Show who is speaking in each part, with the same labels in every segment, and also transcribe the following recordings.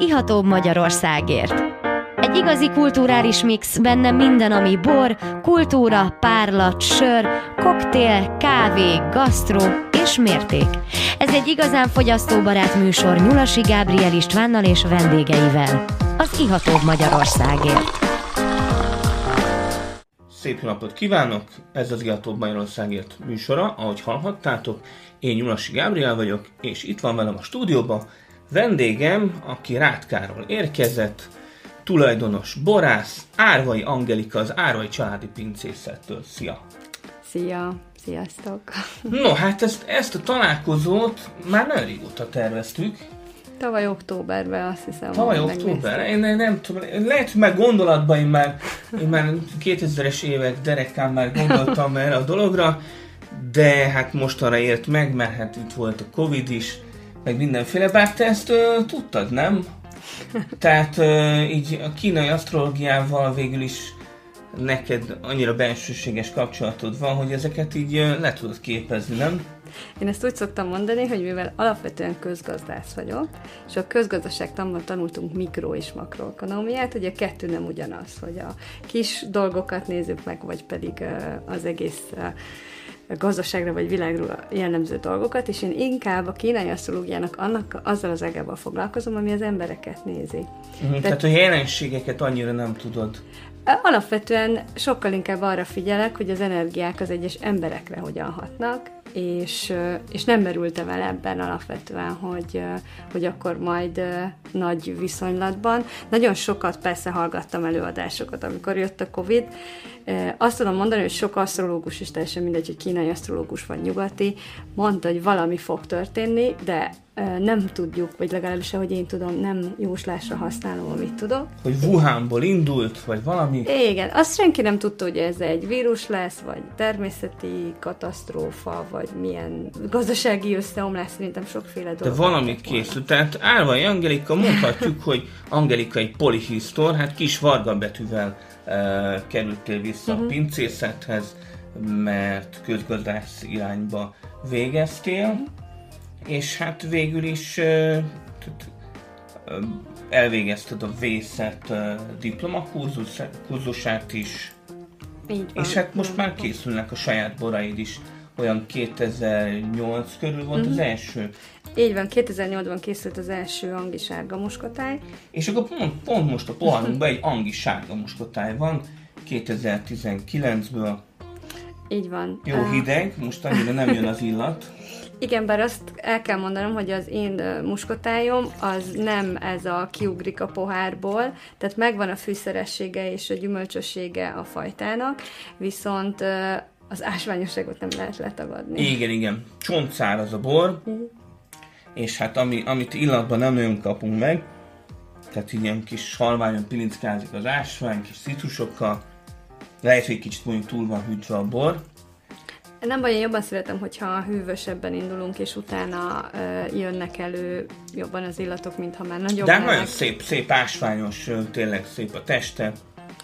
Speaker 1: ihatóbb Magyarországért. Egy igazi kulturális mix, benne minden, ami bor, kultúra, párlat, sör, koktél, kávé, gasztró és mérték. Ez egy igazán fogyasztóbarát műsor Nyulasi Gábriel Istvánnal és vendégeivel. Az ihatóbb Magyarországért.
Speaker 2: Szép napot kívánok! Ez az Ihatóbb Magyarországért műsora, ahogy hallhattátok. Én Nyulasi Gábriel vagyok, és itt van velem a stúdióban vendégem, aki Rátkáról érkezett, tulajdonos borász, Árvai Angelika, az Árvai Családi Pincészettől. Szia!
Speaker 3: Szia! Sziasztok!
Speaker 2: No, hát ezt a találkozót már nagyon régóta terveztük.
Speaker 3: Tavaly októberben, azt hiszem.
Speaker 2: Tavaly októberben? Én nem tudom, lehet, hogy már gondolatban én már 2000-es évek derekán már gondoltam erre a dologra, de hát mostanra ért meg, mert hát itt volt a Covid is, meg mindenféle, bár te ezt tudtad, nem? Tehát így a kínai asztrológiával végül is neked annyira bensőséges kapcsolatod van, hogy ezeket így le tudod képezni, nem?
Speaker 3: Én ezt úgy szoktam mondani, hogy mivel alapvetően közgazdász vagyok, és a közgazdaságtanban tanultunk mikro- és makroökonómiát, ugye a kettő nem ugyanaz, hogy a kis dolgokat nézzük meg, vagy pedig az egész gazdaságra vagy világra jellemző dolgokat, és én inkább a kínai asztrológiának azzal az ágával foglalkozom, ami az embereket nézi.
Speaker 2: Tehát a jelenségeket annyira nem tudod.
Speaker 3: Alapvetően sokkal inkább arra figyelek, hogy az energiák az egyes emberekre hogyan hatnak, és nem merültem el ebben alapvetően, hogy akkor majd nagy viszonylatban. Nagyon sokat persze hallgattam előadásokat, amikor jött a Covid. Azt tudom mondani, hogy sok asztrológus is, teljesen mindegy, hogy kínai asztrológus vagy nyugati, mondta, hogy valami fog történni, de nem tudjuk, vagy legalábbis ahogy én tudom, nem jóslásra használom, amit tudok.
Speaker 2: Hogy Wuhanból indult, vagy valami?
Speaker 3: Igen, azt senki nem tudta, hogy ez egy vírus lesz, vagy természeti katasztrófa, vagy milyen gazdasági összeomlás, szerintem sokféle dolog.
Speaker 2: De valami készült. Tehát Árvai Angelika, mondhatjuk, hogy Angelika egy polihisztor, hát kis varga betűvel kerültél vissza a pincészethez, mert közgazdász irányba végeztél, és hát végül is elvégezted a vészet diplomakurzusát is.
Speaker 3: Így van.
Speaker 2: És hát most már készülnek a saját boraid is. Olyan 2008 körül volt az első.
Speaker 3: Így van, 2008-ban készült az első angi sárga muskotáj.
Speaker 2: És akkor pont most a poharunkban egy angi sárga muskotáj van, 2019-ből.
Speaker 3: Így van.
Speaker 2: Jó hideg, most annyira nem jön az illat.
Speaker 3: Igen, bár azt el kell mondanom, hogy az én muskotályom az nem ez a kiugrik a pohárból, tehát megvan a fűszeressége és a gyümölcsössége a fajtának, viszont az ásványosságot nem lehet letagadni.
Speaker 2: Igen. Csontszáraz a bor, és hát amit illatban nem nagyon kapunk meg, tehát ilyen kis halványon pilinckázik az ásvány, kis citrusokkal, lehet, hogy kicsit mondjuk túl van hűtve a bor.
Speaker 3: Nem baj, én jobban szeretem, hogyha hűvösebben indulunk, és utána jönnek elő jobban az illatok, mintha már nagyobb.
Speaker 2: De nagyon szép ásványos, tényleg szép a teste.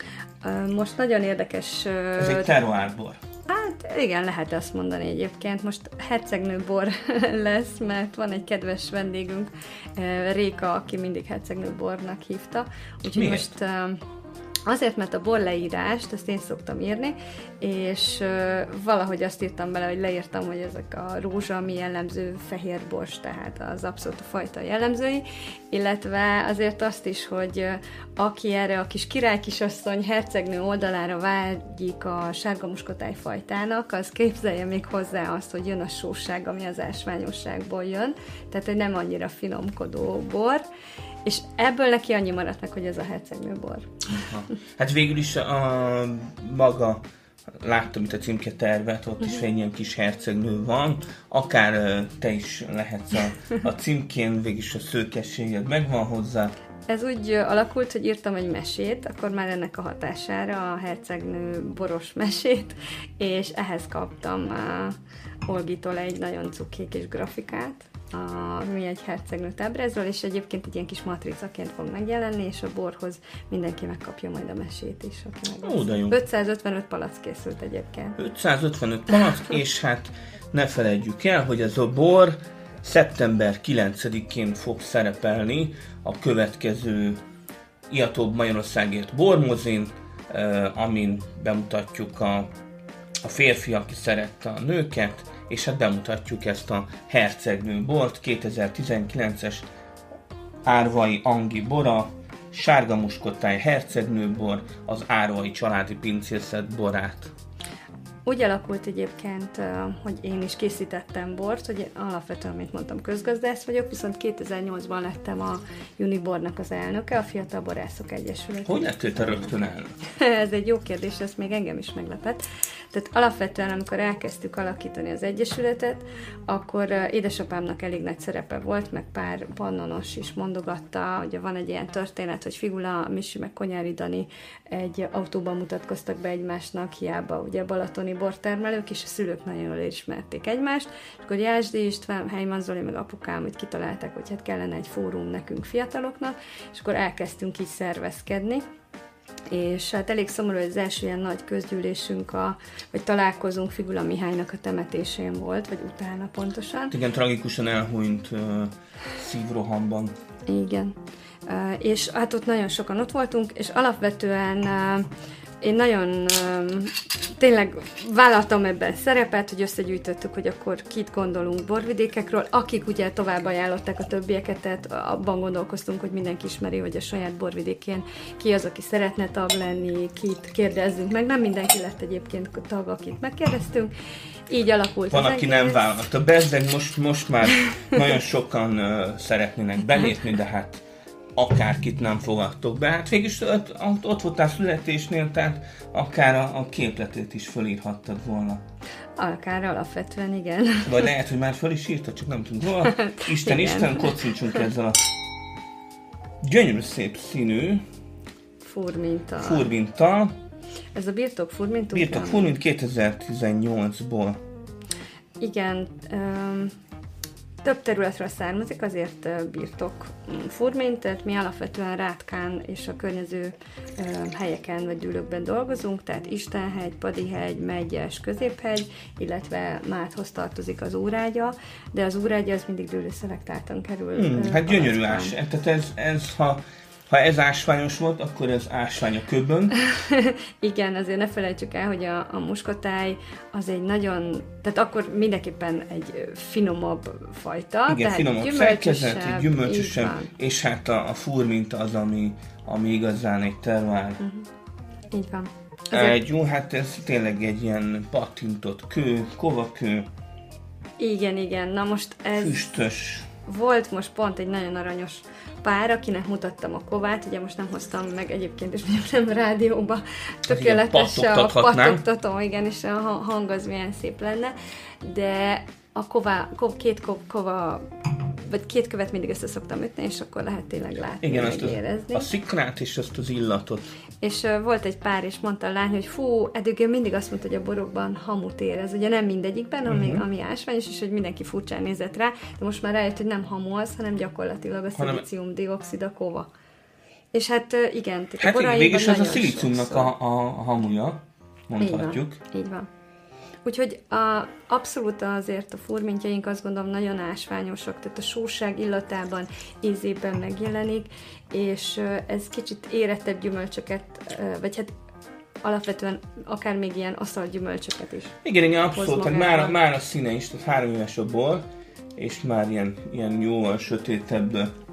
Speaker 3: Most nagyon érdekes...
Speaker 2: Ez egy terroárbor.
Speaker 3: Hát igen, lehet azt mondani egyébként. Most hercegnőbor lesz, mert van egy kedves vendégünk, Réka, aki mindig hercegnőbornak hívta. Úgyhogy
Speaker 2: miért?
Speaker 3: Most... Azért, mert a bor leírást, ezt én szoktam írni, és valahogy azt írtam bele, hogy leírtam, hogy ezek a rózsa, mi jellemző, fehér bors, tehát az abszolút a fajta jellemzői, illetve azért azt is, hogy aki erre a kis királykisasszony hercegnő oldalára vágyik a sárga muskotáj fajtának, az képzelje még hozzá azt, hogy jön a sósság, ami az ásványosságból jön, tehát hogy nem annyira finomkodó bor, és ebből neki annyi maradt meg, hogy ez a hercegnőbor.
Speaker 2: Hát végül is a maga, láttam itt a címketervet, ott is egy ilyen kis hercegnő van, akár te is lehetsz a címkén, végül is a szőkességed megvan hozzá.
Speaker 3: Ez úgy alakult, hogy írtam egy mesét, akkor már ennek a hatására a hercegnő boros mesét, és ehhez kaptam Olgitól egy nagyon cuki kis grafikát, ami egy hercegnőt ábrázol, és egyébként egy ilyen kis matricaként fog megjelenni, és a borhoz mindenki megkapja majd a mesét is.
Speaker 2: Ó, de jó.
Speaker 3: 555 palack készült egyébként.
Speaker 2: 555 palack, és hát ne felejtjük el, hogy ez a bor szeptember 9-én fog szerepelni a következő Iatóbb Magyarországért bormozin, amin bemutatjuk a férfi, aki szerette a nőket, és hát bemutatjuk ezt a hercegnő bort, 2019-es árvai angi bora, sárga muskotáj hercegnőbor, az árvai családi pincészet borát.
Speaker 3: Úgy alakult egyébként, hogy én is készítettem bort, hogy alapvetően, amit mondtam, közgazdász vagyok, viszont 2008-ban lettem a Unibornak az elnöke, a Fiatal Borászok Egyesület.
Speaker 2: Hogy lettél te rögtön elnök?
Speaker 3: Ez egy jó kérdés, ez még engem is meglepett. Tehát alapvetően, amikor elkezdtük alakítani az egyesületet, akkor édesapámnak elég nagy szerepe volt, meg pár pannonos is mondogatta, ugye van egy ilyen történet, hogy Figula, Misi meg Konyári Dani egy autóban mutatkoztak be egymásnak, hiába ugye balatoni bortermelők, és a szülők nagyon jól ismerték egymást, és akkor Jászdi István, Heimann Zoli, meg apukám úgy kitalálták, hogy hát kellene egy fórum nekünk fiataloknak, és akkor elkezdtünk így szervezkedni. És hát elég szomorú, hogy az első ilyen nagy közgyűlésünk, vagy találkozunk Figula Mihálynak a temetésén volt, vagy utána pontosan.
Speaker 2: Igen, tragikusan elhunyt szívrohamban.
Speaker 3: Igen. És hát ott nagyon sokan ott voltunk, és alapvetően én nagyon tényleg vállaltam ebben szerepet, hogy összegyűjtöttük, hogy akkor kit gondolunk borvidékekről, akik ugye tovább ajánlották a többieket, tehát abban gondolkoztunk, hogy mindenki ismeri, hogy a saját borvidékén ki az, aki szeretne tag lenni, kit kérdezzünk meg. Nem mindenki lett egyébként tag, akit megkérdeztünk. Így alakult
Speaker 2: van, aki nem vállalta be, de most már nagyon sokan szeretnének belépni, de hát akárkit nem fogadtok be. Hát végülis ott voltál születésnél, tehát akár a képletét is fölírhattad volna.
Speaker 3: Akár alapvetően, igen.
Speaker 2: Vagy lehet, hogy már föl is írtad, csak nem tudom róla. Isten, kocincsunk ezzel a gyönyörű szép színű furmintal.
Speaker 3: Ez a birtok furmint?
Speaker 2: Birtok furmint 2018-ból.
Speaker 3: Igen, több területről származik, azért birtok furmint, tehát mi alapvetően Rátkán és a környező helyeken vagy dűlőkben dolgozunk, tehát Istenhegy, Padihegy, Megyes, Középhegy, illetve Máthoz tartozik az Órágya, de az Órágya az mindig dűlőszelektáltan kerül.
Speaker 2: Hát gyönyörű tehát ez ha ez ásványos volt, akkor ez ásvány a köbön.
Speaker 3: Igen, azért ne felejtsük el, hogy a muskotáj az egy nagyon, tehát akkor mindenképpen egy finomabb fajta.
Speaker 2: Igen,
Speaker 3: tehát
Speaker 2: finomabb szerkezet, gyümölcsösebb, és hát a furminta az, ami igazán egy terroár.
Speaker 3: Így van.
Speaker 2: Jó, hát ez tényleg egy ilyen pattintott kő, kovakő.
Speaker 3: Igen, na most ez...
Speaker 2: Füstös.
Speaker 3: Volt most pont egy nagyon aranyos pár, akinek mutattam a kovát, ugye most nem hoztam meg egyébként, és mondjuk nem rádióba, tökéletes a pattogtatom, igen, és a hang az milyen szép lenne, de a két követ mindig össze szoktam ütni, és akkor lehet tényleg látni,
Speaker 2: igen,
Speaker 3: érezni.
Speaker 2: A szikrát és azt az illatot.
Speaker 3: És volt egy pár, és mondta a lány, hogy fú, eddig ő mindig azt mondta, hogy a borokban hamut érez. Ugye nem mindegyikben, ami ásványos, és hogy mindenki furcsán nézett rá, de most már rájött, hogy nem hamu az, hanem gyakorlatilag a szilícium-dioxid, a kova. És hát igen,
Speaker 2: hát a boraiban végülis ez a szilíciumnak a hamuja, mondhatjuk.
Speaker 3: Így van. Úgyhogy abszolút azért a furmintjaink azt gondolom nagyon ásványosak, tehát a sóság illatában, ízében megjelenik, és ez kicsit érettebb gyümölcsöket, vagy hát alapvetően akár még ilyen aszalgyümölcsöket is.
Speaker 2: Igen, abszolút, már a színe is, tehát 3 éves a bor, és már ilyen jóval sötétebb.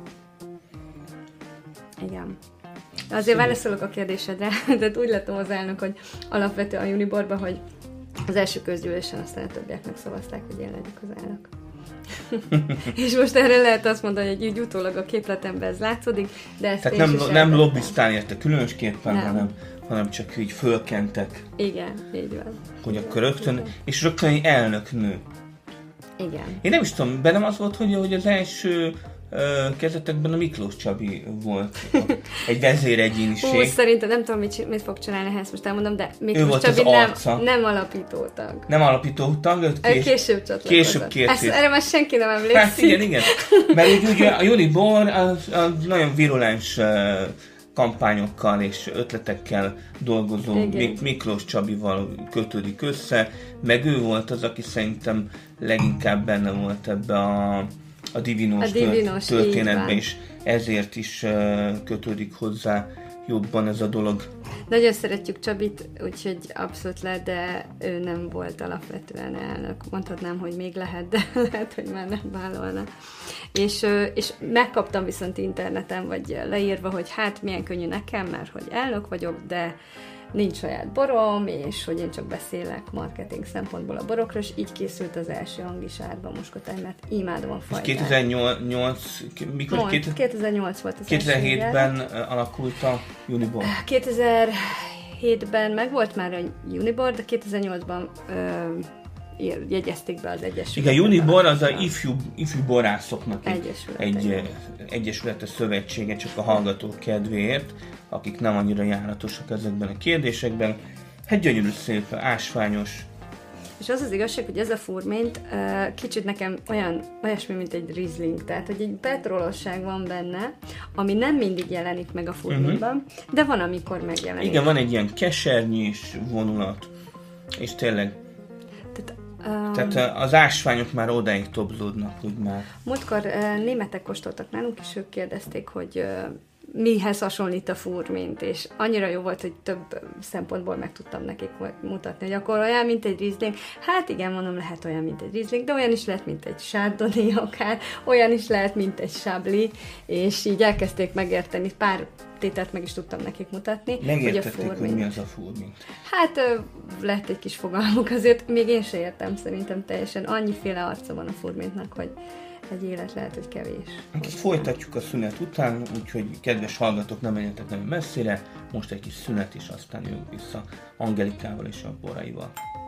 Speaker 3: Igen. Azért válaszolok a kérdésedre, tehát úgy lettem az elnök, hogy alapvetően a Uniborban, hogy az első közgyűlésen aztán a többiek megszavazták, hogy én legyek az elnök. És most erre lehet azt mondani, hogy így utólag a képletemben ez látszódik, de ezt
Speaker 2: tehát nem lobbiztál érte különösképpen, hanem csak így fölkentek.
Speaker 3: Igen, így van.
Speaker 2: Hogy akkor rögtön, és rögtön egy elnöknő.
Speaker 3: Igen.
Speaker 2: Én nem is tudom, bennem az volt, hogy az első kezdetekben a Miklós Csabi volt egy vezéregyéniség.
Speaker 3: Szerintem nem tudom, mit fog csinálni, ezt most elmondom, de Miklós Csabi nem alapító tag.
Speaker 2: Nem alapító tag,
Speaker 3: később csatlakozott. Erre már senki nem emlékszik.
Speaker 2: Hát igen. Mert úgy a Unibor az nagyon virulens kampányokkal és ötletekkel dolgozó Miklós Csabival kötődik össze, meg ő volt az, aki szerintem leginkább benne volt ebbe a Divinos történetbe is, ezért is kötődik hozzá jobban ez a dolog.
Speaker 3: Nagyon szeretjük Csabit, úgyhogy abszolút lehet, de ő nem volt alapvetően elnök. Mondhatnám, hogy még lehet, de lehet, hogy már nem vállalna. És megkaptam viszont interneten, vagy leírva, hogy hát milyen könnyű nekem, mert hogy elnök vagyok, de nincs saját borom, és hogy én csak beszélek marketing szempontból a borokról, és így készült az első Anglish-árban moskotály, mert imádom a fajtát.
Speaker 2: 2008, mikor?
Speaker 3: 2008 volt az
Speaker 2: 2007-ben alakult a Unibor.
Speaker 3: 2007-ben meg volt már a Unibor, de 2008-ban jegyezték be az egyesületet.
Speaker 2: Igen, Unibor az a ifjú borászoknak egy egyesülete, szövetsége, csak a hallgatók kedvéért, akik nem annyira járatosak ezekben a kérdésekben. Hát gyönyörű szép, ásványos.
Speaker 3: És az az igazság, hogy ez a furményt kicsit nekem olyasmi, mint egy Riesling, tehát hogy egy petrolosság van benne, ami nem mindig jelenik meg a furményben, de van, amikor megjelenik.
Speaker 2: Igen, van egy ilyen kesernyés vonulat, és tényleg tehát az ásványok már odáig toplódnak, úgy már.
Speaker 3: Múltkor németek kóstoltak nálunk, és ők kérdezték, hogy mihez hasonlít a furmint, és annyira jó volt, hogy több szempontból meg tudtam nekik mutatni, hogy akkor olyan, mint egy Riesling. Hát igen, mondom, lehet olyan, mint egy Riesling, de olyan is lehet, mint egy Chardonnay akár, olyan is lehet, mint egy Chablis, és így elkezdték megérteni, pár tételt meg is tudtam nekik mutatni.
Speaker 2: Megértették, hogy mi az a furmint.
Speaker 3: Hát lett egy kis fogalmuk azért, még én se értem szerintem teljesen. Annyiféle arca van a furmintnak, hogy egy élet lehet, hogy kevés.
Speaker 2: Hát folytatjuk a szünet után, úgyhogy kedves hallgatók, nem menjetek nagyon messzire, most egy kis szünet, és aztán jövünk vissza Angelikával és a boraival.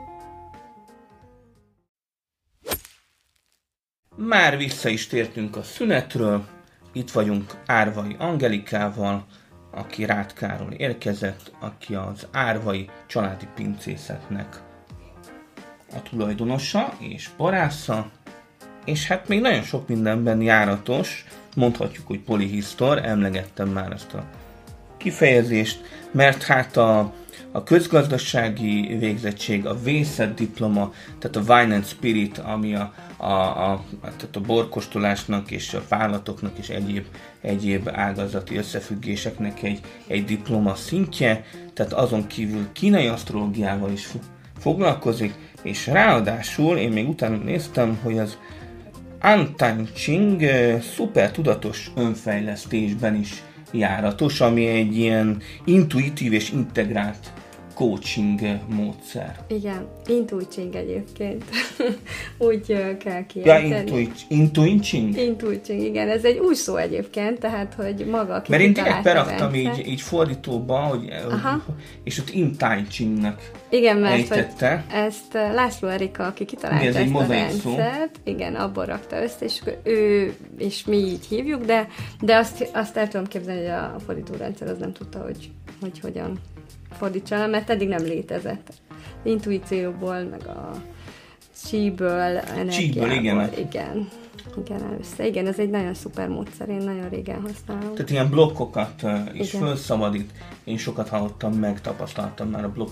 Speaker 2: Már vissza is tértünk a szünetről, itt vagyunk Árvai Angelikával, aki Rátkáról érkezett, aki az Árvai Családi Pincészetnek a tulajdonosa és borásza, és hát még nagyon sok mindenben járatos, mondhatjuk, hogy polihisztor, emlegettem már ezt a kifejezést, mert hát a közgazdasági végzettség, a vészett diploma, tehát a Wine and Spirit, ami tehát a borkóstolásnak és a vállalatoknak és egyéb ágazati összefüggéseknek egy diploma szintje, tehát azon kívül kínai asztrológiával is foglalkozik, és ráadásul én még utána néztem, hogy az Antai-Ching szuper tudatos önfejlesztésben is járatos, ami egy ilyen intuitív és integrált coaching módszer.
Speaker 3: Igen, intuiting egyébként. Úgy kell kiejteni.
Speaker 2: Ja, intuiting?
Speaker 3: Intuiting, igen. Ez egy új szó egyébként, tehát, hogy maga ki.
Speaker 2: Mert én direkt beraktam így fordítóba, hogy és ott intuitingnek
Speaker 3: igen, mert
Speaker 2: ejtette.
Speaker 3: Ezt László Erika, aki kitalálta ezt a rendszert, igen, abból rakta össze, és ő és mi így hívjuk, de azt el tudom képzelni, hogy a fordítórendszer az nem tudta, hogy hogyan fordítsa, mert eddig nem létezett. Intuícióból, meg a chi-ből, energiából. Igen, először. Igen, ez egy nagyon szuper módszer, én nagyon régen használom.
Speaker 2: Tehát ilyen blokkokat is felszabadít. Én sokat hallottam, megtapasztaltam már a blokk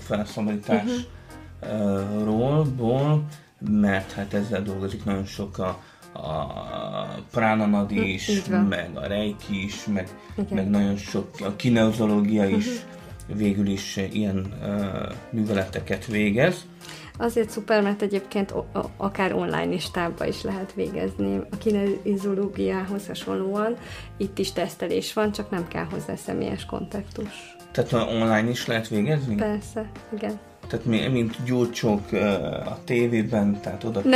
Speaker 2: felszabadításról, mert hát ezzel dolgozik nagyon sok a Pránanadi is, meg a Reiki is, meg nagyon sok a kineozológia is végül is ilyen műveleteket végez.
Speaker 3: Azért szuper, mert egyébként akár online is távba is lehet végezni. A kineziológiához hasonlóan itt is tesztelés van, csak nem kell hozzá személyes kontaktus.
Speaker 2: Tehát online is lehet végezni?
Speaker 3: Persze, igen.
Speaker 2: Tehát mint gyurcsók a tévében, tehát oda...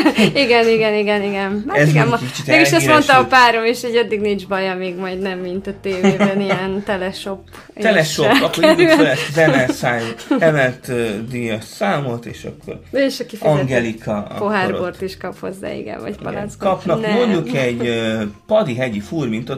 Speaker 3: Igen. Hát igen, mégis azt mondta a párom is, hogy addig nincs baja, még majd nem, mint a tévében, ilyen teleshop.
Speaker 2: Akkor írjuk fel ezt zeneszámot, emelt díjas számot, és akkor Angelika...
Speaker 3: Pohárbort is kap hozzá, igen, vagy palackot.
Speaker 2: Kapnak mondjuk egy Padi hegyi furmintot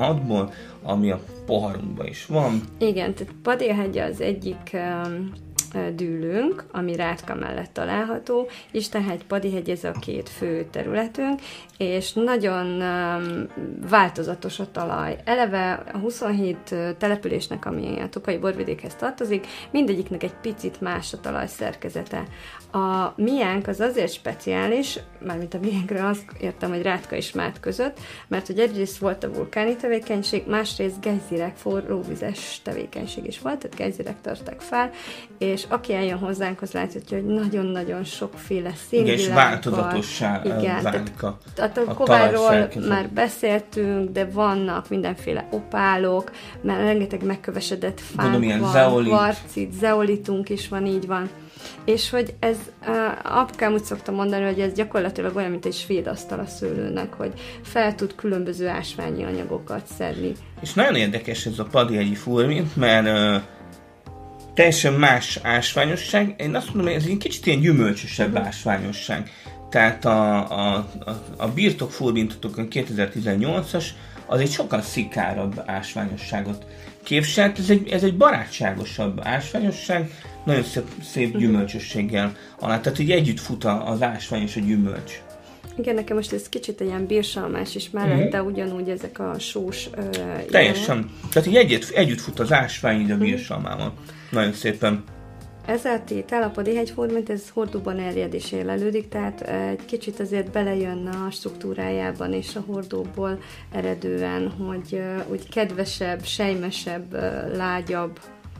Speaker 2: 2016-ból, ami a poharunkban is van.
Speaker 3: Igen, tehát Padi hegy az egyik dűlőnk, ami Rátka mellett található. Istenhegy, Padihegy, ez a két fő területünk, és nagyon változatos a talaj. Eleve a 27 településnek, ami a Tokaji borvidékhez tartozik, mindegyiknek egy picit más a talajszerkezete. A miánk az azért speciális, mármint a miánkra azt értem, hogy Rátka és Mát között, mert hogy egyrészt volt a vulkáni tevékenység, másrészt gejzirek, forróvizes tevékenység is volt, tehát gejzirek törtek fel, és aki eljön hozzánk, az láthatja, hogy nagyon-nagyon sokféle színvilággal.
Speaker 2: Igen, és változatossá válik
Speaker 3: a Kovárról már beszéltünk, de vannak mindenféle opálok, mert rengeteg megkövesedett fánk van, kvarcit, zeolitunk is van, így van. És hogy ez, apukám úgy szokta mondani, hogy ez gyakorlatilag olyan, mint egy svédasztal a szőlőnek, hogy fel tud különböző ásványi anyagokat szedni.
Speaker 2: És nagyon érdekes ez a padihegyi furmint, mert teljesen más ásványosság. Én azt mondom, hogy ez egy kicsit ilyen gyümölcsösebb ásványosság. Tehát a birtok furmintotok 2018-as, az egy sokkal szikárabb ásványosságot képviselt. Ez egy barátságosabb ásványosság, nagyon szép gyümölcsösséggel alá. Tehát így együtt fut az ásvány és a gyümölcs.
Speaker 3: Igen, nekem most ez kicsit ilyen bírsalmás is mellette, ugyanúgy ezek a sós...
Speaker 2: Teljesen. Tehát így együtt fut az ásvány így a bírsalmával. Nagyon szépen.
Speaker 3: Ez a tétel, a Padihegy furmint, ez hordóban erjed és élelődik, tehát egy kicsit azért belejön a struktúrájában és a hordóból eredően, hogy úgy kedvesebb, sejmesebb, lágyabb.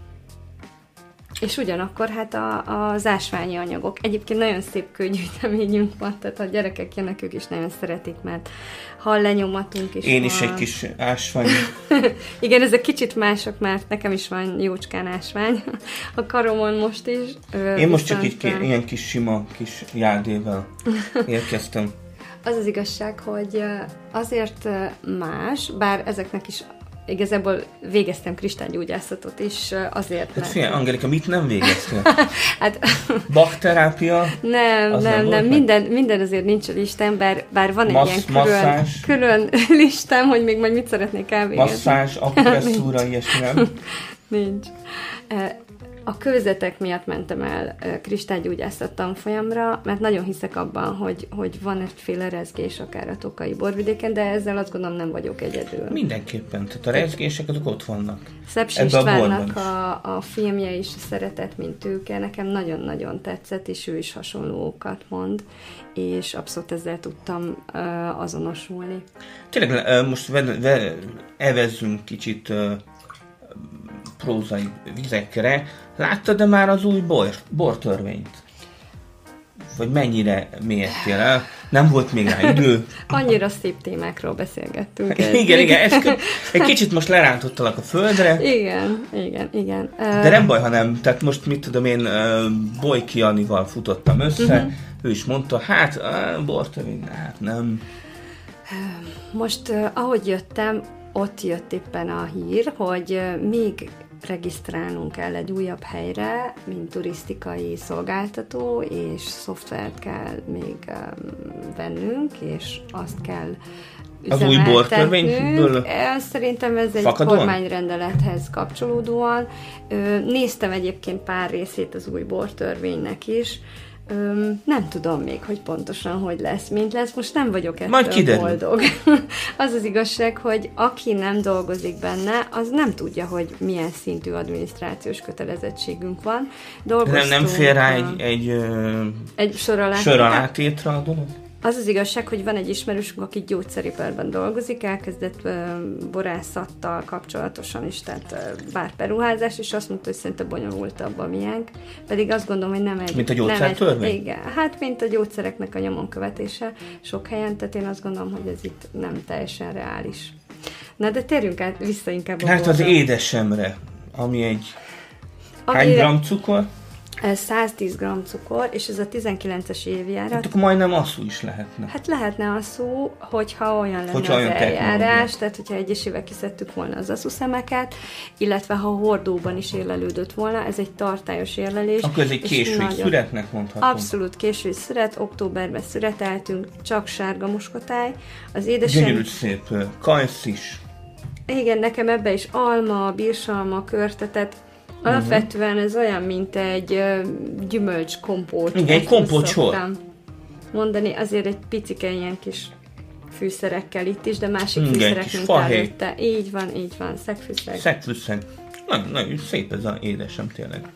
Speaker 3: És ugyanakkor hát az ásványi anyagok. Egyébként nagyon szép kőgyűjteményünk van, tehát a gyerekek jönnek, ők is nagyon szeretik, mert hal lenyomatunk is
Speaker 2: Én
Speaker 3: van.
Speaker 2: is egy kis ásvány.
Speaker 3: Igen, ezek kicsit mások, mert nekem is van jócskán ásvány a karomon most is.
Speaker 2: Én most csak így ilyen kis sima kis járdével érkeztem.
Speaker 3: Az az igazság, hogy azért más, bár ezeknek is igazából végeztem kristálygyógyászatot is azért,
Speaker 2: Hát figyelj, Angelika, mit nem végeztél?
Speaker 3: Hát...
Speaker 2: Bakterápia?
Speaker 3: Nem, minden azért nincs a listán, bár van egy ilyen külön listám, hogy még majd mit szeretnék elvégezni.
Speaker 2: Masszázs, akupresszúra, ilyesmi nem?
Speaker 3: Nincs. A kőzetek miatt mentem el kristálygyógyászat tanfolyamra, mert nagyon hiszek abban, hogy van egyféle rezgés akár a Tokaji borvidéken, de ezzel azt gondolom nem vagyok egyedül.
Speaker 2: Mindenképpen, tehát a rezgések azok ott vannak.
Speaker 3: Szepsi Istvánnak a filmje is Szeretet, mint tőke, nekem nagyon-nagyon tetszett, és ő is hasonlókat mond, és abszolút ezzel tudtam azonosulni.
Speaker 2: Tényleg most evezzünk kicsit prózai vizekre. Láttad-e már az új bortörvényt? Vagy mennyire mélyedtél el? Nem volt még rá idő.
Speaker 3: Annyira szép témákról beszélgettünk.
Speaker 2: Igen, egy kicsit most lerántottalak a földre.
Speaker 3: Igen.
Speaker 2: De nem baj, ha nem. Tehát most mit tudom én, Bojki Janival futottam össze. Ő is mondta, hát bortörvény, hát nem.
Speaker 3: Most ahogy jöttem, ott jött éppen a hír, hogy még regisztrálnunk kell egy újabb helyre, mint turisztikai szolgáltató, és szoftvert kell még vennünk, és azt kell
Speaker 2: az új bortörvényből?
Speaker 3: Szerintem ez egy kormányrendelethez kapcsolódóan. Néztem egyébként pár részét az új bortörvénynek is. Nem tudom még, hogy pontosan hogy lesz, mint lesz. Most nem vagyok ettől boldog. Az az igazság, hogy aki nem dolgozik benne, az nem tudja, hogy milyen szintű adminisztrációs kötelezettségünk van.
Speaker 2: Nem fér rá egy sor alátétre a dolog?
Speaker 3: Az az igazság, hogy van egy ismerősünk, aki gyógyszeriparban dolgozik, elkezdett borászattal kapcsolatosan is, tehát bárperuházás, és azt mondta, hogy szerintem bonyolultabb a miénk. Pedig azt gondolom, hogy nem egy...
Speaker 2: Mint a gyógyszertörvény?
Speaker 3: Igen, hát mint a gyógyszereknek a nyomon követése sok helyen, tehát én azt gondolom, hogy ez itt nem teljesen reális. Na, de térjünk vissza inkább a
Speaker 2: hát az édesemre, ami egy... Hány gram cukor?
Speaker 3: Ez 110 g cukor, és ez a 19-es évjárat.
Speaker 2: Hát akkor majdnem asszú is lehetne.
Speaker 3: Hát lehetne asszú, hogyha olyan lenne az eljárás, tehát hogyha egyesével kiszedtük volna az asszúszemeket, illetve ha hordóban is érlelődött volna, ez egy tartályos érlelés.
Speaker 2: Akkor ez egy késői szüretnek mondhatom.
Speaker 3: Abszolút késői szüret, októberben szüreteltünk, csak sárga muskotáj. Az édesem...
Speaker 2: Gyönyörű szép, kajsz is.
Speaker 3: Igen, nekem ebbe is alma, bírsalma, körtetet. Alapvetően ez olyan, mint egy gyümölcskompót.
Speaker 2: Igen, egy kompótsor.
Speaker 3: Mondani, azért egy picike ilyen kis fűszerekkel itt is, de másik fűszerek, mint előtte. Így van, szegfűszeg.
Speaker 2: Szegfűszeg. Nagyon szép ez az édesem tényleg.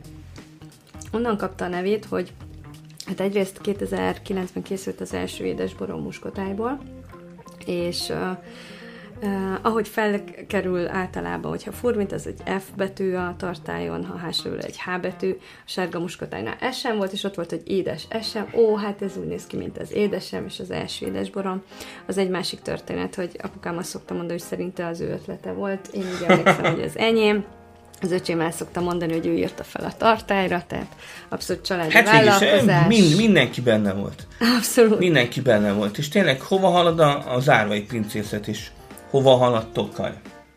Speaker 3: Onnan kapta a nevét, hogy hát egyrészt 2009-ben készült az első édesborom muskotájból, és ahogy felkerül általában, hogyha furmint, az egy F betű a tartályon, ha hásról egy H betű, a sárga muskotájnál S sem volt, és ott volt, hogy édes S sem. Hát ez úgy néz ki, mint az édesem, és az első édesborom. Az egy másik történet, hogy apukám azt szokta mondani, hogy szerinte az ő ötlete volt. Én úgy emlékszem, hogy az enyém. Az öcsém el szokta mondani, hogy ő írta fel a tartályra, tehát abszolút családi vállalkozás.
Speaker 2: Mindenki benne volt.
Speaker 3: Abszolút.
Speaker 2: Mindenki benne volt. És tényleg hova halad az árvai pincészet is? Hova halad Tokaj?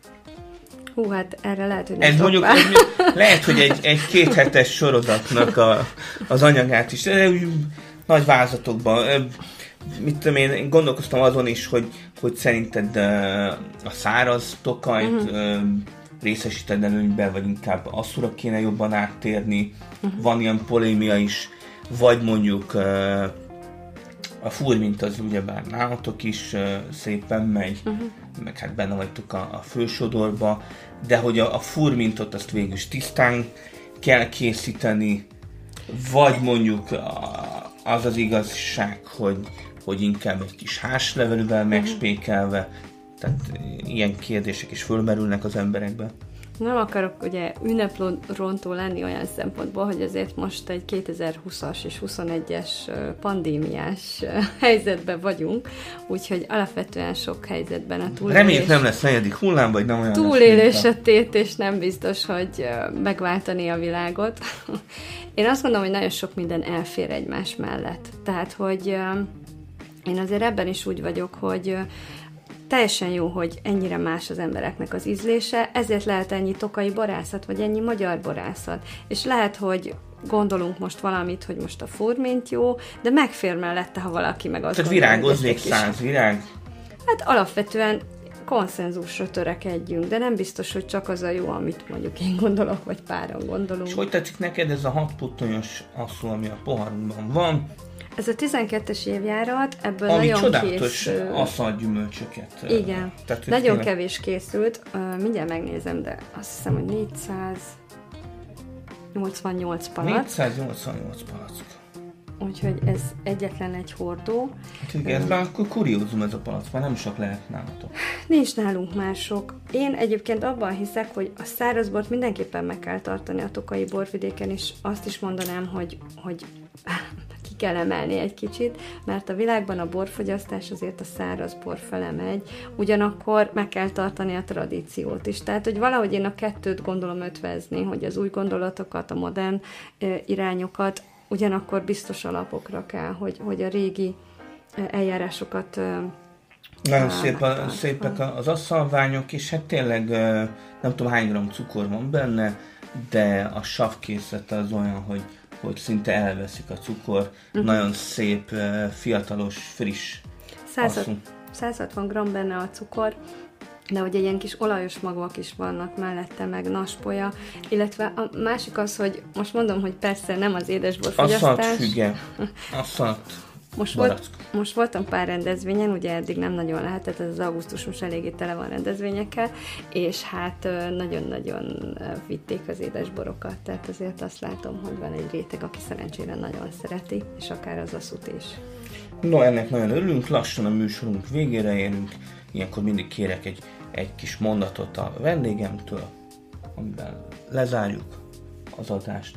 Speaker 3: Hát erre lehet, hogy
Speaker 2: ez mondjuk lehet, hogy egy 2 hetes sorozatnak az anyagát is. Nagy vázatokban. Mit tudom én gondolkoztam azon is, hogy szerinted a száraz Tokajt részesíted előnyben, vagy inkább asszura kéne jobban áttérni. Van ilyen polémia is. Vagy mondjuk a furmint az ugyebár nálatok is szépen megy, meg hát benne vagytok a fősodorba, de hogy a furmintot azt végül is tisztán kell készíteni, vagy mondjuk az az igazság, hogy inkább egy kis házlevelűvel megspékelve, tehát ilyen kérdések is fölmerülnek az emberekben.
Speaker 3: Nem akarok ugye ünneprontó lenni olyan szempontból, hogy azért most egy 2020-as és 21-es pandémiás helyzetben vagyunk, úgyhogy alapvetően sok helyzetben a túlélés...
Speaker 2: Reméljük nem lesz 4. hullám, vagy nem olyan
Speaker 3: túlélés a tét, és nem biztos, hogy megváltani a világot. Én azt gondolom, hogy nagyon sok minden elfér egymás mellett. Tehát, hogy én azért ebben is úgy vagyok, hogy teljesen jó, hogy ennyire más az embereknek az ízlése, ezért lehet ennyi tokai borászat, vagy ennyi magyar borászat. És lehet, hogy gondolunk most valamit, hogy most a furmint jó, de megfér mellette, ha valaki meg azt
Speaker 2: gondolja. Tehát virágoznék 100 virág?
Speaker 3: Hát alapvetően konszenzusra törekedjünk, de nem biztos, hogy csak az a jó, amit mondjuk én gondolok, vagy páran gondolunk.
Speaker 2: És hogy tetszik neked ez a 6 puttonyos asszó, ami a poharunkban van?
Speaker 3: Ez a 12-es évjárat, ebből
Speaker 2: ami
Speaker 3: nagyon
Speaker 2: csodálatos asszalgyümölcsöket.
Speaker 3: Igen, tehát, nagyon kevés készült, mindjárt megnézem, de azt hiszem, hogy 488 palack.
Speaker 2: 488 palack.
Speaker 3: Úgyhogy ez egyetlen egy hordó.
Speaker 2: Hát igen, ez már kuriózum ez a palack, már nem sok lehet nálatok.
Speaker 3: Nincs nálunk már sok. Én egyébként abban hiszek, hogy a szárazbort mindenképpen meg kell tartani a tokai borvidéken, és azt is mondanám, hogy ki kell emelni egy kicsit, mert a világban a borfogyasztás azért a száraz bor fele megy, ugyanakkor meg kell tartani a tradíciót is. Tehát, hogy valahogy én a kettőt gondolom ötvezni, hogy az új gondolatokat, a modern irányokat, ugyanakkor biztos alapokra kell, hogy a régi eljárásokat...
Speaker 2: Nagyon szépek az asszalványok, és hát tényleg nem tudom hány gram cukor van benne, de a savkészlete az olyan, hogy szinte elveszik a cukor. Nagyon szép, fiatalos, friss asszú.
Speaker 3: 160 g benne a cukor, de hogy ilyen kis olajos magok is vannak mellette, meg naspolya, illetve a másik az, hogy most mondom, hogy persze nem az édesborfogyasztás.
Speaker 2: Asszalt füge, asszalt
Speaker 3: most voltam pár rendezvényen, ugye eddig nem nagyon lehetett, ez az augusztus most eléggé tele van rendezvényekkel, és hát nagyon-nagyon vitték az édesborokat, tehát azért azt látom, hogy van egy réteg, aki szerencsére nagyon szereti, és akár az asszút is.
Speaker 2: No, ennek nagyon örülünk, lassan a műsorunk végére érünk, ilyenkor mindig kérek egy kis mondatot a vendégemtől, amiben lezárjuk az adást.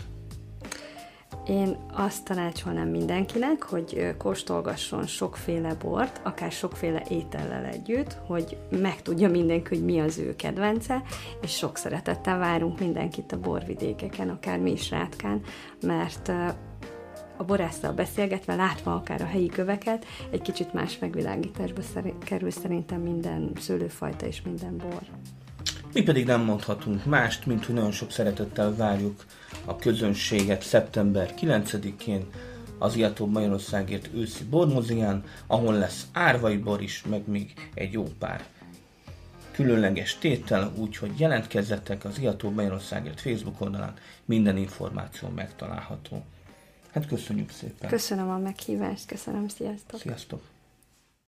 Speaker 3: Én azt tanácsolnám mindenkinek, hogy kóstolgasson sokféle bort, akár sokféle étellel együtt, hogy megtudja mindenki, hogy mi az ő kedvence, és sok szeretettel várunk mindenkit a borvidékeken, akár mi is Rátkán, mert a borásszal beszélgetve, látva akár a helyi köveket, egy kicsit más megvilágításba kerül szerintem minden szőlőfajta és minden bor.
Speaker 2: Mi pedig nem mondhatunk mást, mint hogy nagyon sok szeretettel várjuk a közönséget szeptember 9-én az Iatóbb Magyarországért őszi bormozián, ahol lesz árvai bor is, meg még egy jó pár különleges tétel, úgyhogy jelentkezzetek az Iható Magyarországért Facebook oldalán, minden információ megtalálható. Hát köszönjük szépen!
Speaker 3: Köszönöm a meghívást, köszönöm, sziasztok!
Speaker 2: Sziasztok!